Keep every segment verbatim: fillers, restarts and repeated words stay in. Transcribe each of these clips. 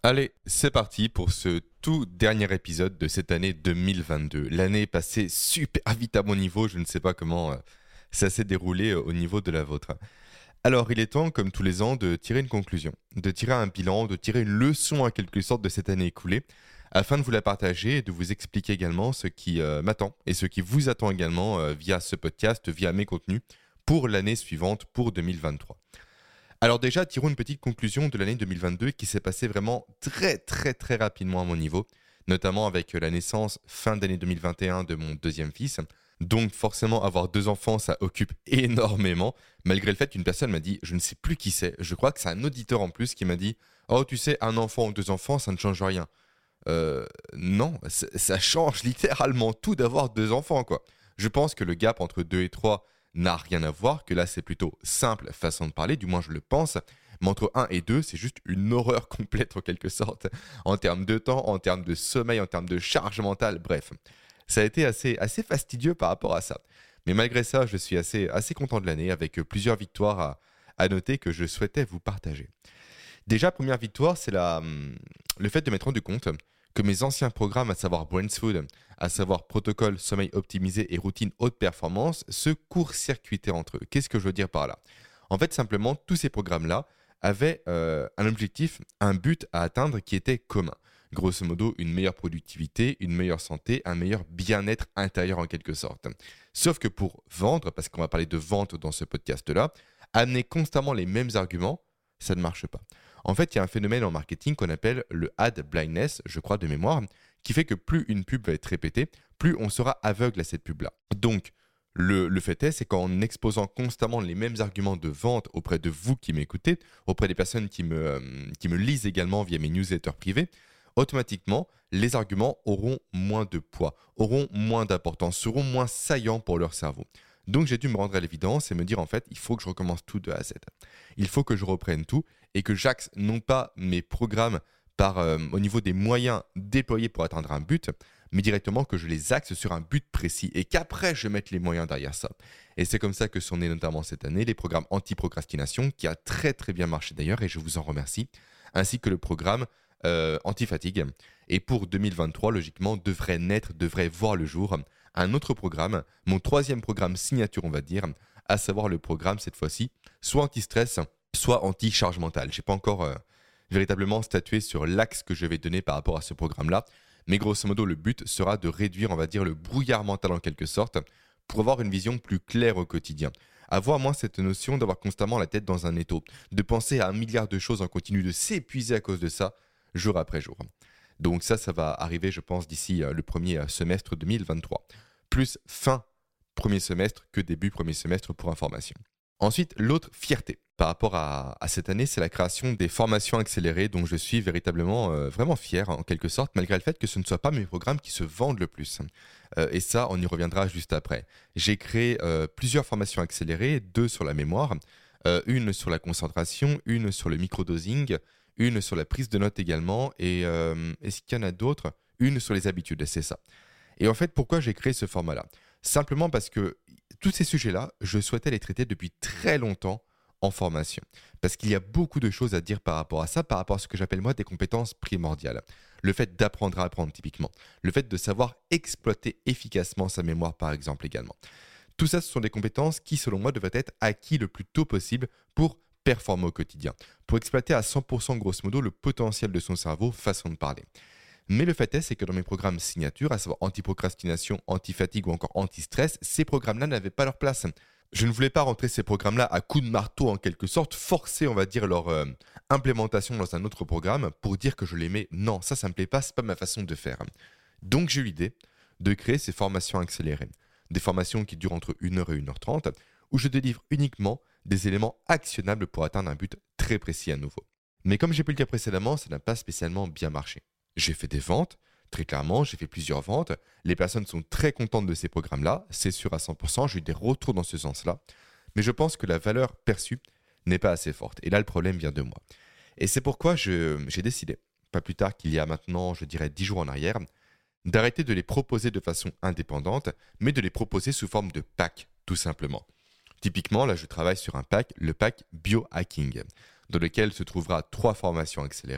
Allez, c'est parti pour ce tout dernier épisode de cette année deux mille vingt-deux. L'année est passée super vite à mon niveau, je ne sais pas comment euh, ça s'est déroulé euh, au niveau de la vôtre. Alors, il est temps, comme tous les ans, de tirer une conclusion, de tirer un bilan, de tirer une leçon en quelque sorte de cette année écoulée, afin de vous la partager et de vous expliquer également ce qui euh, m'attend et ce qui vous attend également euh, via ce podcast, via mes contenus, pour l'année suivante, pour deux mille vingt-trois. Alors déjà, tirons une petite conclusion de l'année deux mille vingt-deux qui s'est passée vraiment très très très rapidement à mon niveau, notamment avec la naissance fin d'année deux mille vingt et un de mon deuxième fils. Donc forcément, avoir deux enfants, ça occupe énormément, malgré le fait qu'une personne m'a dit, je ne sais plus qui c'est, je crois que c'est un auditeur en plus qui m'a dit « Oh, tu sais, un enfant ou deux enfants, ça ne change rien. » Euh, non, c- ça change littéralement tout d'avoir deux enfants, quoi. Je pense que le gap entre deux et trois n'a rien à voir, que là c'est plutôt simple façon de parler, du moins je le pense, mais entre un et deux, c'est juste une horreur complète en quelque sorte, en termes de temps, en termes de sommeil, en termes de charge mentale, bref. Ça a été assez, assez fastidieux par rapport à ça. Mais malgré ça, je suis assez, assez content de l'année, avec plusieurs victoires à, à noter que je souhaitais vous partager. Déjà, première victoire, c'est la, hum, le fait de m'être rendu compte que mes anciens programmes, à savoir Brainfood, à savoir protocole, sommeil optimisé et routine haute performance, se court-circuitaient entre eux. Qu'est-ce que je veux dire par là? En fait, simplement, tous ces programmes-là avaient euh, un objectif, un but à atteindre qui était commun. Grosso modo, une meilleure productivité, une meilleure santé, un meilleur bien-être intérieur en quelque sorte. Sauf que pour vendre, parce qu'on va parler de vente dans ce podcast-là, amener constamment les mêmes arguments, ça ne marche pas. En fait, il y a un phénomène en marketing qu'on appelle le ad blindness, je crois de mémoire, qui fait que plus une pub va être répétée, plus on sera aveugle à cette pub-là. Donc, le, le fait est, c'est qu'en exposant constamment les mêmes arguments de vente auprès de vous qui m'écoutez, auprès des personnes qui me, euh, qui me lisent également via mes newsletters privés, automatiquement, les arguments auront moins de poids, auront moins d'importance, seront moins saillants pour leur cerveau. Donc j'ai dû me rendre à l'évidence et me dire en fait, il faut que je recommence tout de A à Z. Il faut que je reprenne tout et que j'axe non pas mes programmes par, euh, au niveau des moyens déployés pour atteindre un but, mais directement que je les axe sur un but précis et qu'après je mette les moyens derrière ça. Et c'est comme ça que sont nés notamment cette année les programmes anti-procrastination, qui a très très bien marché d'ailleurs et je vous en remercie, ainsi que le programme euh, anti-fatigue. Et pour deux mille vingt-trois, logiquement, devrait naître, devrait voir le jour un autre programme, mon troisième programme signature on va dire, à savoir le programme cette fois-ci, soit anti-stress, soit anti-charge mentale. Je n'ai pas encore euh, véritablement statué sur l'axe que je vais donner par rapport à ce programme-là, mais grosso modo le but sera de réduire on va dire le brouillard mental en quelque sorte, pour avoir une vision plus claire au quotidien. Avoir moins cette notion d'avoir constamment la tête dans un étau, de penser à un milliard de choses en continu, de s'épuiser à cause de ça, jour après jour. Donc ça, ça va arriver, je pense, d'ici euh, le premier euh, semestre deux mille vingt-trois. Plus fin premier semestre que début premier semestre pour information. Ensuite, l'autre fierté par rapport à, à cette année, c'est la création des formations accélérées dont je suis véritablement euh, vraiment fier en quelque sorte, malgré le fait que ce ne soient pas mes programmes qui se vendent le plus. Euh, et ça, on y reviendra juste après. J'ai créé euh, plusieurs formations accélérées, deux sur la mémoire, euh, une sur la concentration, une sur le microdosing, une sur la prise de notes également, et euh, est-ce qu'il y en a d'autres? Une sur les habitudes, c'est ça. Et en fait, pourquoi j'ai créé ce format-là? Simplement parce que tous ces sujets-là, je souhaitais les traiter depuis très longtemps en formation. Parce qu'il y a beaucoup de choses à dire par rapport à ça, par rapport à ce que j'appelle moi des compétences primordiales. Le fait d'apprendre à apprendre typiquement. Le fait de savoir exploiter efficacement sa mémoire par exemple également. Tout ça, ce sont des compétences qui, selon moi, devraient être acquises le plus tôt possible pour performer au quotidien, pour exploiter à cent pour cent grosso modo le potentiel de son cerveau, façon de parler. Mais le fait est, c'est que dans mes programmes signature, à savoir anti-procrastination, anti-fatigue ou encore anti-stress, ces programmes-là n'avaient pas leur place. Je ne voulais pas rentrer ces programmes-là à coups de marteau en quelque sorte, forcer, on va dire, leur euh, implémentation dans un autre programme pour dire que je l'aimais. Non, ça, ça me plaît pas, c'est pas ma façon de faire. Donc j'ai eu l'idée de créer ces formations accélérées. Des formations qui durent entre une heure et une heure trente, où je délivre uniquement des éléments actionnables pour atteindre un but très précis à nouveau. Mais comme j'ai pu le dire précédemment, ça n'a pas spécialement bien marché. J'ai fait des ventes, très clairement, j'ai fait plusieurs ventes. Les personnes sont très contentes de ces programmes-là, c'est sûr à cent pour cent, j'ai eu des retours dans ce sens-là. Mais je pense que la valeur perçue n'est pas assez forte. Et là, le problème vient de moi. Et c'est pourquoi je, j'ai décidé, pas plus tard qu'il y a maintenant, je dirais dix jours en arrière, d'arrêter de les proposer de façon indépendante, mais de les proposer sous forme de pack, tout simplement. Typiquement, là, je travaille sur un pack, le pack Biohacking, dans lequel se trouvera trois formations accélérées,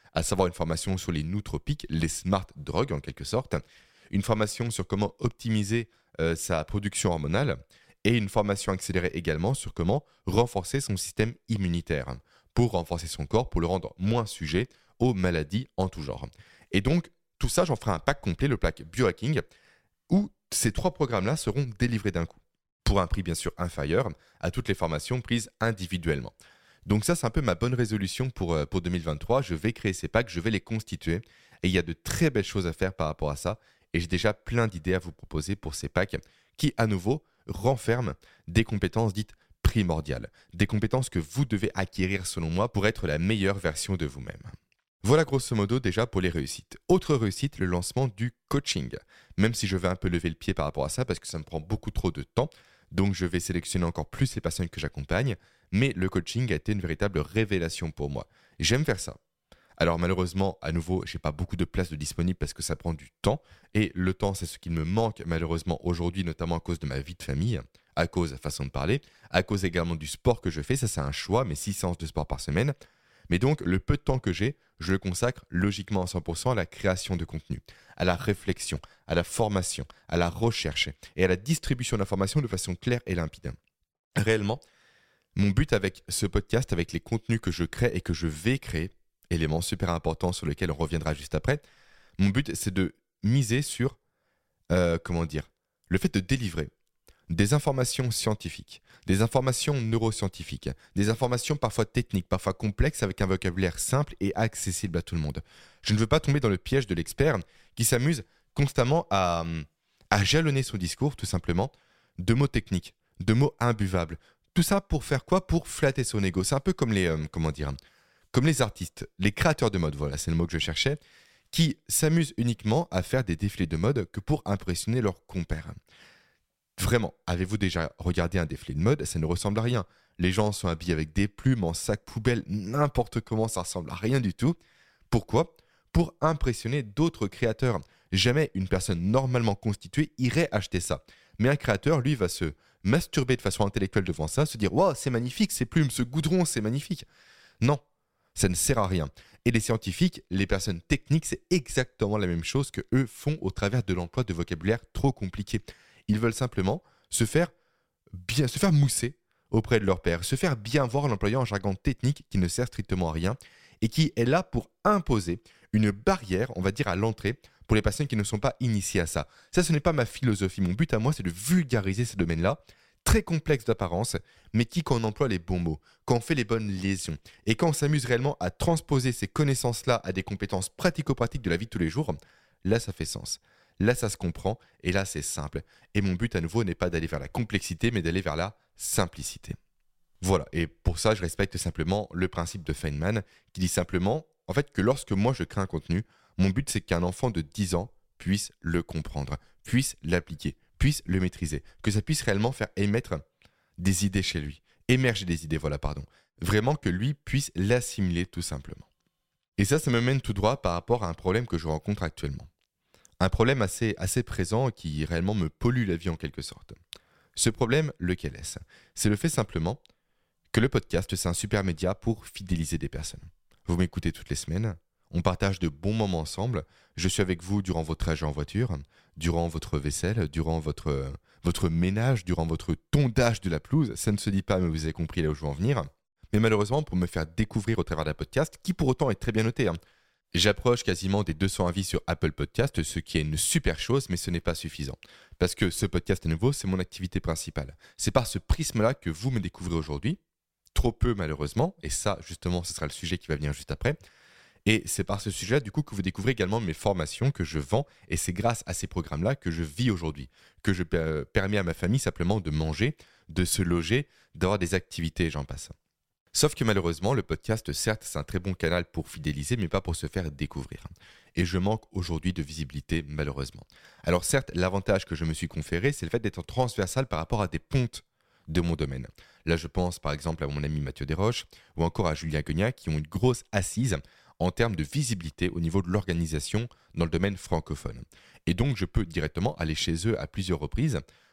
à savoir une formation sur les nootropiques, les smart drugs en quelque sorte, une formation sur comment optimiser euh, sa production hormonale et une formation accélérée également sur comment renforcer son système immunitaire pour renforcer son corps, pour le rendre moins sujet aux maladies en tout genre. Et donc, tout ça, j'en ferai un pack complet, le pack biohacking, où ces trois programmes-là seront délivrés d'un coup, pour un prix bien sûr inférieur à toutes les formations prises individuellement. Donc ça, c'est un peu ma bonne résolution pour, euh, pour deux mille vingt-trois. Je vais créer ces packs, je vais les constituer. Et il y a de très belles choses à faire par rapport à ça. Et j'ai déjà plein d'idées à vous proposer pour ces packs qui, à nouveau, renferment des compétences dites primordiales. Des compétences que vous devez acquérir, selon moi, pour être la meilleure version de vous-même. Voilà grosso modo déjà pour les réussites. Autre réussite, le lancement du coaching. Même si je vais un peu lever le pied par rapport à ça, parce que ça me prend beaucoup trop de temps. Donc je vais sélectionner encore plus les personnes que j'accompagne. Mais le coaching a été une véritable révélation pour moi. J'aime faire ça. Alors malheureusement, à nouveau, je n'ai pas beaucoup de place de disponible parce que ça prend du temps. Et le temps, c'est ce qui me manque malheureusement aujourd'hui, notamment à cause de ma vie de famille, à cause, façon de parler, à cause également du sport que je fais. Ça, c'est un choix, mes six séances de sport par semaine. Mais donc, le peu de temps que j'ai, je le consacre logiquement à cent pour cent à la création de contenu, à la réflexion, à la formation, à la recherche et à la distribution d'informations de façon claire et limpide. Réellement, mon but avec ce podcast, avec les contenus que je crée et que je vais créer, élément super important sur lequel on reviendra juste après, mon but, c'est de miser sur, euh, comment dire, le fait de délivrer des informations scientifiques, des informations neuroscientifiques, des informations parfois techniques, parfois complexes avec un vocabulaire simple et accessible à tout le monde. Je ne veux pas tomber dans le piège de l'expert qui s'amuse constamment à, à jalonner son discours, tout simplement, de mots techniques, de mots imbuvables. Tout ça pour faire quoi? Pour flatter son ego. C'est un peu comme les, euh, comment dire, comme les artistes, les créateurs de mode, voilà, c'est le mot que je cherchais, qui s'amusent uniquement à faire des défilés de mode que pour impressionner leurs compères. Vraiment, avez-vous déjà regardé un défilé de mode? Ça ne ressemble à rien. Les gens sont habillés avec des plumes, en sac poubelle, n'importe comment, ça ressemble à rien du tout. Pourquoi? Pour impressionner d'autres créateurs. Jamais une personne normalement constituée irait acheter ça. Mais un créateur, lui, va se masturber de façon intellectuelle devant ça, se dire « Waouh, c'est magnifique, ces plumes, ce goudron, c'est magnifique !» Non, ça ne sert à rien. Et les scientifiques, les personnes techniques, c'est exactement la même chose que eux font au travers de l'emploi de vocabulaire trop compliqué. Ils veulent simplement se faire, bien, se faire mousser auprès de leur père, se faire bien voir en employant un jargon technique qui ne sert strictement à rien et qui est là pour imposer une barrière, on va dire, à l'entrée pour les personnes qui ne sont pas initiées à ça. Ça, ce n'est pas ma philosophie. Mon but à moi, c'est de vulgariser ce domaine-là, très complexe d'apparence, mais qui, quand on emploie les bons mots, quand on fait les bonnes liaisons et quand on s'amuse réellement à transposer ces connaissances-là à des compétences pratico-pratiques de la vie de tous les jours, là, ça fait sens. Là, ça se comprend et là, c'est simple. Et mon but à nouveau n'est pas d'aller vers la complexité, mais d'aller vers la simplicité. Voilà, et pour ça, je respecte simplement le principe de Feynman qui dit simplement, en fait, que lorsque moi je crée un contenu, mon but c'est qu'un enfant de dix ans puisse le comprendre, puisse l'appliquer, puisse le maîtriser, que ça puisse réellement faire émettre des idées chez lui, émerger des idées, voilà, pardon. Vraiment que lui puisse l'assimiler tout simplement. Et ça, ça me mène tout droit par rapport à un problème que je rencontre actuellement. Un problème assez, assez présent qui réellement me pollue la vie en quelque sorte. Ce problème, lequel est-ce? C'est le fait simplement que le podcast, c'est un super média pour fidéliser des personnes. Vous m'écoutez toutes les semaines, on partage de bons moments ensemble, je suis avec vous durant votre trajet en voiture, durant votre vaisselle, durant votre, votre ménage, durant votre tondage de la pelouse, ça ne se dit pas mais vous avez compris là où je veux en venir. Mais malheureusement, pour me faire découvrir au travers d'un podcast, qui pour autant est très bien noté, hein, j'approche quasiment des deux cents avis sur Apple Podcast, ce qui est une super chose, mais ce n'est pas suffisant. Parce que ce podcast à nouveau, c'est mon activité principale. C'est par ce prisme-là que vous me découvrez aujourd'hui, trop peu malheureusement, et ça justement ce sera le sujet qui va venir juste après, et c'est par ce sujet-là du coup que vous découvrez également mes formations que je vends, et c'est grâce à ces programmes-là que je vis aujourd'hui, que je euh, permets à ma famille simplement de manger, de se loger, d'avoir des activités, j'en passe. Sauf que malheureusement, le podcast, certes, c'est un très bon canal pour fidéliser, mais pas pour se faire découvrir. Et je manque aujourd'hui de visibilité, malheureusement. Alors certes, l'avantage que je me suis conféré, c'est le fait d'être transversal par rapport à des pontes de mon domaine. Là, je pense par exemple à mon ami Mathieu Desroches ou encore à Julien Guegnat qui ont une grosse assise en termes de visibilité au niveau de l'organisation dans le domaine francophone. Et donc, je peux directement aller chez eux à plusieurs reprises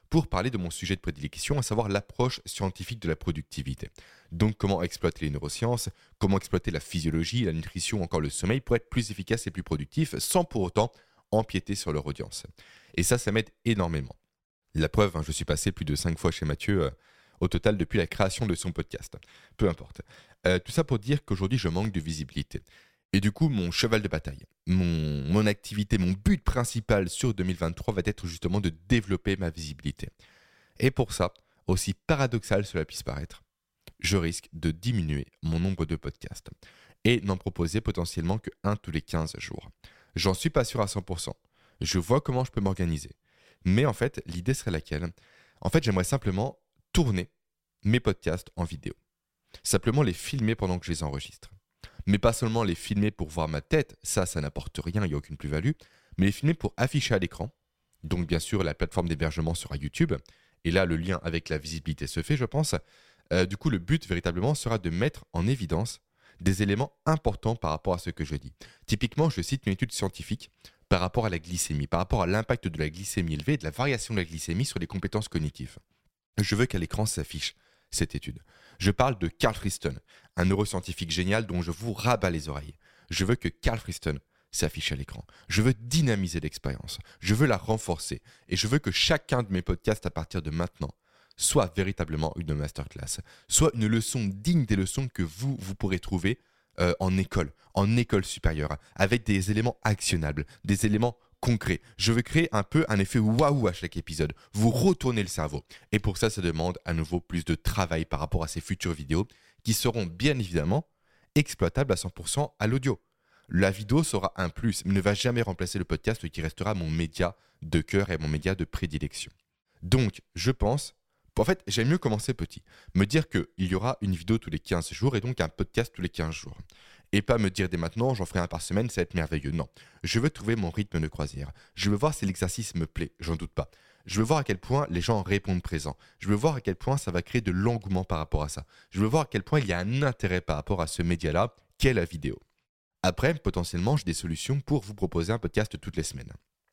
pour parler de mon sujet de prédilection, à savoir l'approche scientifique de la productivité. Donc comment exploiter les neurosciences, comment exploiter la physiologie, la nutrition, encore le sommeil pour être plus efficace et plus productif sans pour autant empiéter sur leur audience. Et ça, ça m'aide énormément. La preuve, hein, je suis passé plus de cinq fois chez Mathieu euh, au total depuis la création de son podcast. Peu importe. Euh, tout ça pour dire qu'aujourd'hui, je manque de visibilité. Et du coup, mon cheval de bataille, mon, mon activité, mon but principal sur deux mille vingt-trois va être justement de développer ma visibilité. Et pour ça, aussi paradoxal cela puisse paraître, je risque de diminuer mon nombre de podcasts et n'en proposer potentiellement que un tous les quinze jours. J'en suis pas sûr à cent pour cent. Je vois comment je peux m'organiser. Mais en fait, l'idée serait laquelle ? En fait, j'aimerais simplement tourner mes podcasts en vidéo. Simplement les filmer pendant que je les enregistre. Mais pas seulement les filmer pour voir ma tête, ça, ça n'apporte rien, il n'y a aucune plus-value, mais les filmer pour afficher à l'écran. Donc bien sûr, la plateforme d'hébergement sera YouTube, et là, le lien avec la visibilité se fait, je pense. Euh, du coup, le but, véritablement, sera de mettre en évidence des éléments importants par rapport à ce que je dis. Typiquement, je cite une étude scientifique par rapport à la glycémie, par rapport à l'impact de la glycémie élevée et de la variation de la glycémie sur les compétences cognitives. Je veux qu'à l'écran s'affiche cette étude. Je parle de Carl Friston, un neuroscientifique génial dont je vous rabats les oreilles. Je veux que Carl Friston s'affiche à l'écran. Je veux dynamiser l'expérience. Je veux la renforcer. Et je veux que chacun de mes podcasts à partir de maintenant soit véritablement une masterclass, soit une leçon digne des leçons que vous, vous pourrez trouver euh, en école, en école supérieure, avec des éléments actionnables, des éléments concret. Je veux créer un peu un effet waouh à chaque épisode, vous retournez le cerveau. Et pour ça, ça demande à nouveau plus de travail par rapport à ces futures vidéos qui seront bien évidemment exploitables à cent pour cent à l'audio. La vidéo sera un plus, mais ne va jamais remplacer le podcast qui restera mon média de cœur et mon média de prédilection. Donc, je pense, en fait, j'aime mieux commencer petit. Me dire qu'il y aura une vidéo tous les quinze jours et donc un podcast tous les quinze jours. Et pas me dire dès maintenant, j'en ferai un par semaine, ça va être merveilleux. Non, je veux trouver mon rythme de croisière. Je veux voir si l'exercice me plaît, j'en doute pas. Je veux voir à quel point les gens répondent présent. Je veux voir à quel point ça va créer de l'engouement par rapport à ça. Je veux voir à quel point il y a un intérêt par rapport à ce média-là, qu'est la vidéo. Après, potentiellement, j'ai des solutions pour vous proposer un podcast toutes les semaines.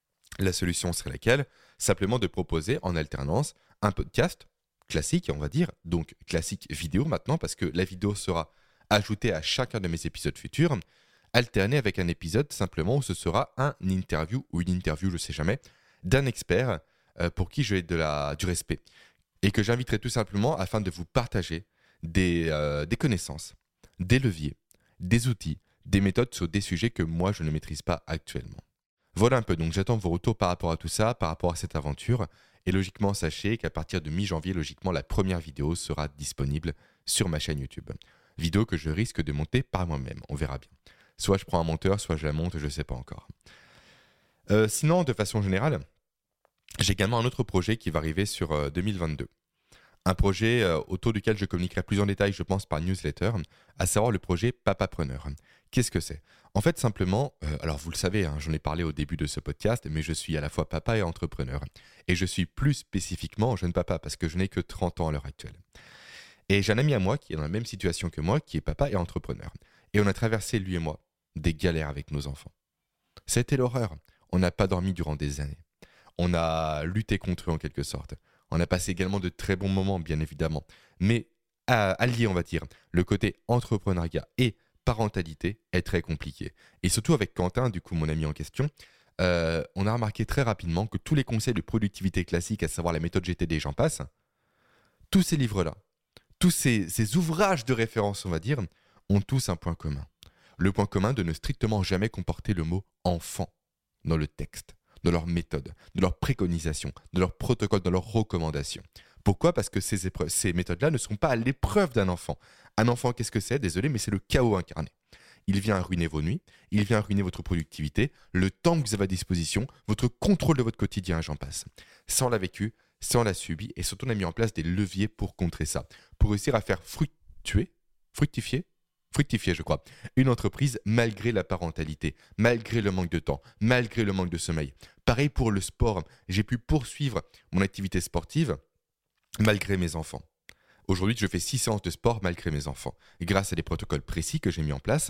La solution serait laquelle ? Simplement de proposer en alternance un podcast classique, on va dire, donc classique vidéo maintenant, parce que la vidéo sera ajoutée à chacun de mes épisodes futurs, alterné avec un épisode simplement où ce sera un interview ou une interview, je ne sais jamais, d'un expert euh, pour qui j'ai de la, du respect et que j'inviterai tout simplement afin de vous partager des, euh, des connaissances, des leviers, des outils, des méthodes sur des sujets que moi je ne maîtrise pas actuellement. Voilà un peu, donc j'attends vos retours par rapport à tout ça, par rapport à cette aventure. Et logiquement, sachez qu'à partir de mi-janvier, logiquement, la première vidéo sera disponible sur ma chaîne YouTube. Vidéo que je risque de monter par moi-même, on verra bien. Soit je prends un monteur, soit je la monte, je ne sais pas encore. Euh, sinon, de façon générale, j'ai également un autre projet qui va arriver sur euh, deux mille vingt-deux. Un projet euh, autour duquel je communiquerai plus en détail, je pense, par newsletter, à savoir le projet Papapreneur. Qu'est-ce que c'est ? En fait, simplement, euh, alors vous le savez, hein, j'en ai parlé au début de ce podcast, mais je suis à la fois papa et entrepreneur. Et je suis plus spécifiquement jeune papa, parce que je n'ai que trente ans à l'heure actuelle. Et j'ai un ami à moi qui est dans la même situation que moi, qui est papa et entrepreneur. Et on a traversé, lui et moi, des galères avec nos enfants. C'était l'horreur. On n'a pas dormi durant des années. On a lutté contre eux en quelque sorte. On a passé également de très bons moments, bien évidemment. Mais à allier, on va dire, le côté entrepreneuriat et parentalité est très compliqué. Et surtout avec Quentin, du coup mon ami en question, euh, on a remarqué très rapidement que tous les conseils de productivité classiques, à savoir la méthode G T D, j'en passe, tous ces livres-là, tous ces, ces ouvrages de référence, on va dire, ont tous un point commun. Le point commun de ne strictement jamais comporter le mot « enfant » dans le texte, dans leur méthode, de leurs préconisations, de leurs protocoles, dans leurs recommandations. Pourquoi ? Parce que ces, épreuves, ces méthodes-là ne sont pas à l'épreuve d'un enfant. Un enfant, qu'est-ce que c'est ? Désolé, mais c'est le chaos incarné. Il vient ruiner vos nuits, il vient ruiner votre productivité, le temps que vous avez à disposition, votre contrôle de votre quotidien, j'en passe. Ça, on l'a vécu, ça, on l'a subi, et surtout, on a mis en place des leviers pour contrer ça, pour réussir à faire fructuer, fructifier, fructifier, je crois, une entreprise malgré la parentalité, malgré le manque de temps, malgré le manque de sommeil. Pareil pour le sport, j'ai pu poursuivre mon activité sportive malgré mes enfants. Aujourd'hui, je fais six séances de sport malgré mes enfants, grâce à des protocoles précis que j'ai mis en place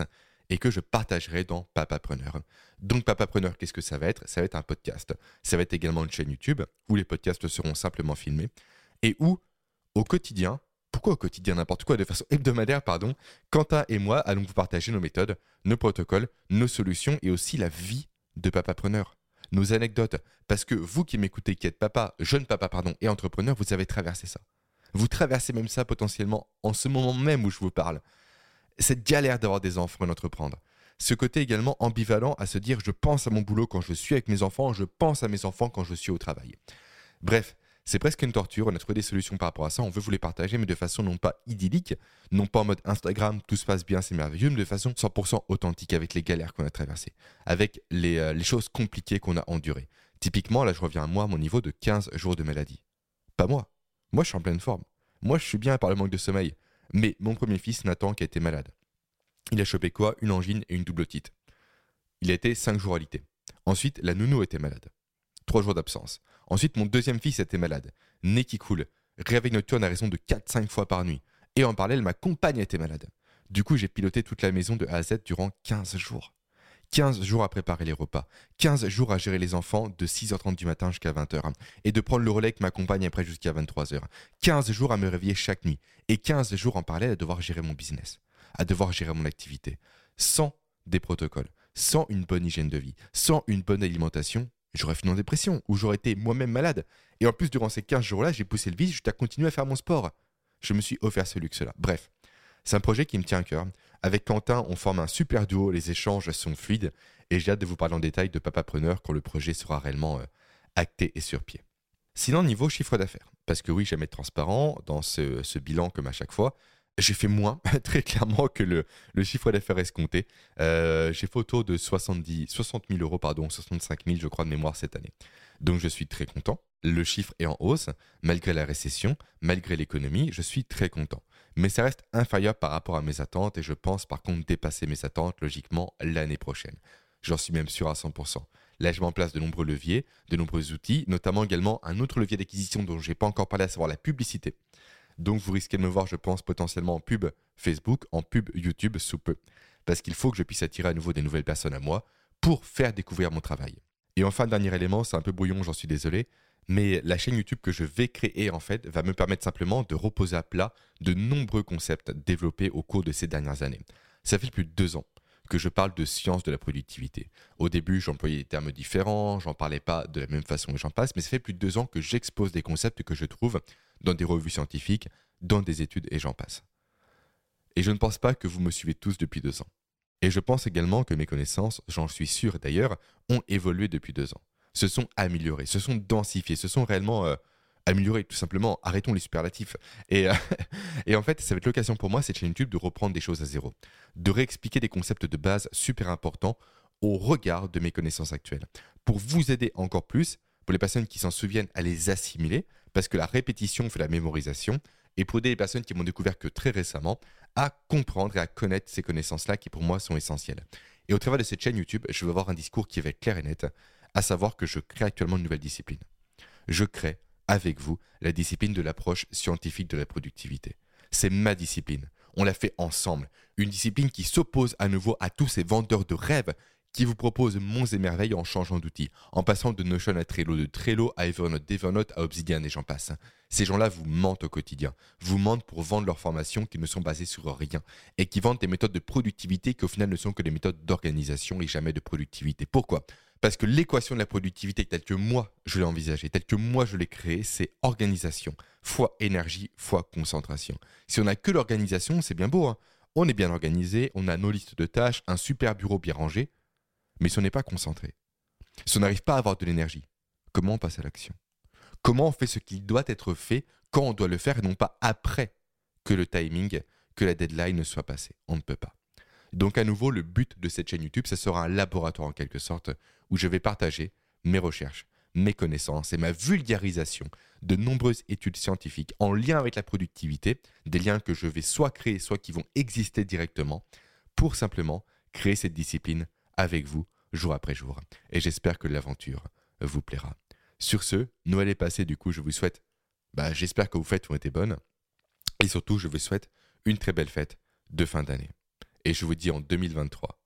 et que je partagerai dans Papapreneur. Donc Papapreneur, qu'est-ce que ça va être ? Ça va être un podcast. Ça va être également une chaîne YouTube où les podcasts seront simplement filmés et où, au quotidien, pourquoi au quotidien, n'importe quoi, de façon hebdomadaire, pardon, Quentin et moi allons vous partager nos méthodes, nos protocoles, nos solutions et aussi la vie de Papapreneur, nos anecdotes. Parce que vous qui m'écoutez, qui êtes papa, jeune papa, pardon, et entrepreneur, vous avez traversé ça. Vous traversez même ça potentiellement en ce moment même où je vous parle. Cette galère d'avoir des enfants et d'entreprendre. Ce côté également ambivalent à se dire je pense à mon boulot quand je suis avec mes enfants, je pense à mes enfants quand je suis au travail. Bref, c'est presque une torture, on a trouvé des solutions par rapport à ça, on veut vous les partager, mais de façon non pas idyllique, non pas en mode Instagram, tout se passe bien, c'est merveilleux, mais de façon cent pour cent authentique avec les galères qu'on a traversées, avec les, euh, les choses compliquées qu'on a endurées. Typiquement, là je reviens à moi, mon niveau de quinze jours de maladie. Pas moi. Moi je suis en pleine forme. Moi je suis bien par le manque de sommeil. Mais mon premier fils, Nathan, qui a été malade. Il a chopé quoi ? Une angine et une double otite. Il a été cinq jours alité. Ensuite, la nounou était malade. trois jours d'absence. Ensuite, mon deuxième fils était malade. Nez qui coule. Réveil nocturne à raison de quatre à cinq fois par nuit. Et en parallèle, ma compagne était malade. Du coup, j'ai piloté toute la maison de A à Z durant quinze jours. quinze jours à préparer les repas. quinze jours à gérer les enfants de six heures trente du matin jusqu'à vingt heures. Et de prendre le relais avec ma compagne après jusqu'à vingt-trois heures. quinze jours à me réveiller chaque nuit. Et quinze jours en parallèle à devoir gérer mon business. À devoir gérer mon activité. Sans des protocoles. Sans une bonne hygiène de vie. Sans une bonne alimentation. J'aurais fini en dépression, ou j'aurais été moi-même malade. Et en plus, durant ces quinze jours-là, j'ai poussé le vice jusqu'à continuer à faire mon sport. Je me suis offert ce luxe-là. Bref, c'est un projet qui me tient à cœur. Avec Quentin, on forme un super duo, les échanges sont fluides, et j'ai hâte de vous parler en détail de Papapreneur quand le projet sera réellement euh, acté et sur pied. Sinon, niveau chiffre d'affaires, parce que oui, j'aime être transparent dans ce, ce bilan comme à chaque fois, j'ai fait moins, très clairement, que le, le chiffre d'affaires escompté. Euh, j'ai fait autour de soixante-dix, soixante mille euros, pardon, soixante-cinq mille, je crois, de mémoire cette année. Donc, je suis très content. Le chiffre est en hausse, malgré la récession, malgré l'économie, je suis très content. Mais ça reste inférieur par rapport à mes attentes et je pense par contre dépasser mes attentes, logiquement, l'année prochaine. J'en suis même sûr à cent pour cent. Là, je mets en place de nombreux leviers, de nombreux outils, notamment également un autre levier d'acquisition dont je n'ai pas encore parlé, à savoir la publicité. Donc, vous risquez de me voir, je pense, potentiellement en pub Facebook, en pub YouTube sous peu. Parce qu'il faut que je puisse attirer à nouveau des nouvelles personnes à moi pour faire découvrir mon travail. Et enfin, dernier élément, c'est un peu brouillon, j'en suis désolé, mais la chaîne YouTube que je vais créer, en fait, va me permettre simplement de reposer à plat de nombreux concepts développés au cours de ces dernières années. Ça fait plus de deux ans que je parle de science de la productivité. Au début, j'employais des termes différents, j'en parlais pas de la même façon et j'en passe, mais ça fait plus de deux ans que j'expose des concepts que je trouve dans des revues scientifiques, dans des études et j'en passe. Et je ne pense pas que vous me suivez tous depuis deux ans. Et je pense également que mes connaissances, j'en suis sûr d'ailleurs, ont évolué depuis deux ans. Se sont améliorées, se sont densifiées, se sont réellement euh, améliorées, tout simplement. Arrêtons les superlatifs. Et, euh, et en fait, ça va être l'occasion pour moi, cette chaîne YouTube, de reprendre des choses à zéro. De réexpliquer des concepts de base super importants au regard de mes connaissances actuelles. Pour vous aider encore plus, pour les personnes qui s'en souviennent, à les assimiler, parce que la répétition fait la mémorisation, et pour aider les personnes qui m'ont découvert que très récemment, à comprendre et à connaître ces connaissances-là qui pour moi sont essentielles. Et au travers de cette chaîne YouTube, je vais avoir un discours qui va être clair et net, à savoir que je crée actuellement une nouvelle discipline. Je crée, avec vous, la discipline de l'approche scientifique de la productivité. C'est ma discipline. On l'a fait ensemble. Une discipline qui s'oppose à nouveau à tous ces vendeurs de rêves qui vous proposent monts et merveilles en changeant d'outil, en passant de Notion à Trello, de Trello à Evernote, d'Evernote à Obsidian et j'en passe. Ces gens-là vous mentent au quotidien, vous mentent pour vendre leurs formations qui ne sont basées sur rien et qui vendent des méthodes de productivité qui au final ne sont que des méthodes d'organisation et jamais de productivité. Pourquoi ? Parce que l'équation de la productivité telle que moi je l'ai envisagée, telle que moi je l'ai créée, c'est organisation fois énergie fois concentration. Si on n'a que l'organisation, c'est bien beau, hein. On est bien organisé, on a nos listes de tâches, un super bureau bien rangé, mais si on n'est pas concentré, si on n'arrive pas à avoir de l'énergie, comment on passe à l'action ? Comment on fait ce qui doit être fait quand on doit le faire et non pas après que le timing, que la deadline ne soit passée ? On ne peut pas. Donc à nouveau, le but de cette chaîne YouTube, ça sera un laboratoire en quelque sorte où je vais partager mes recherches, mes connaissances et ma vulgarisation de nombreuses études scientifiques en lien avec la productivité, des liens que je vais soit créer, soit qui vont exister directement pour simplement créer cette discipline avec vous jour après jour. Et j'espère que l'aventure vous plaira. Sur ce, Noël est passé, du coup je vous souhaite, bah, j'espère que vos fêtes ont été bonnes et surtout je vous souhaite une très belle fête de fin d'année. Et je vous dis en deux mille vingt-trois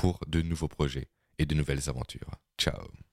pour de nouveaux projets et de nouvelles aventures. Ciao.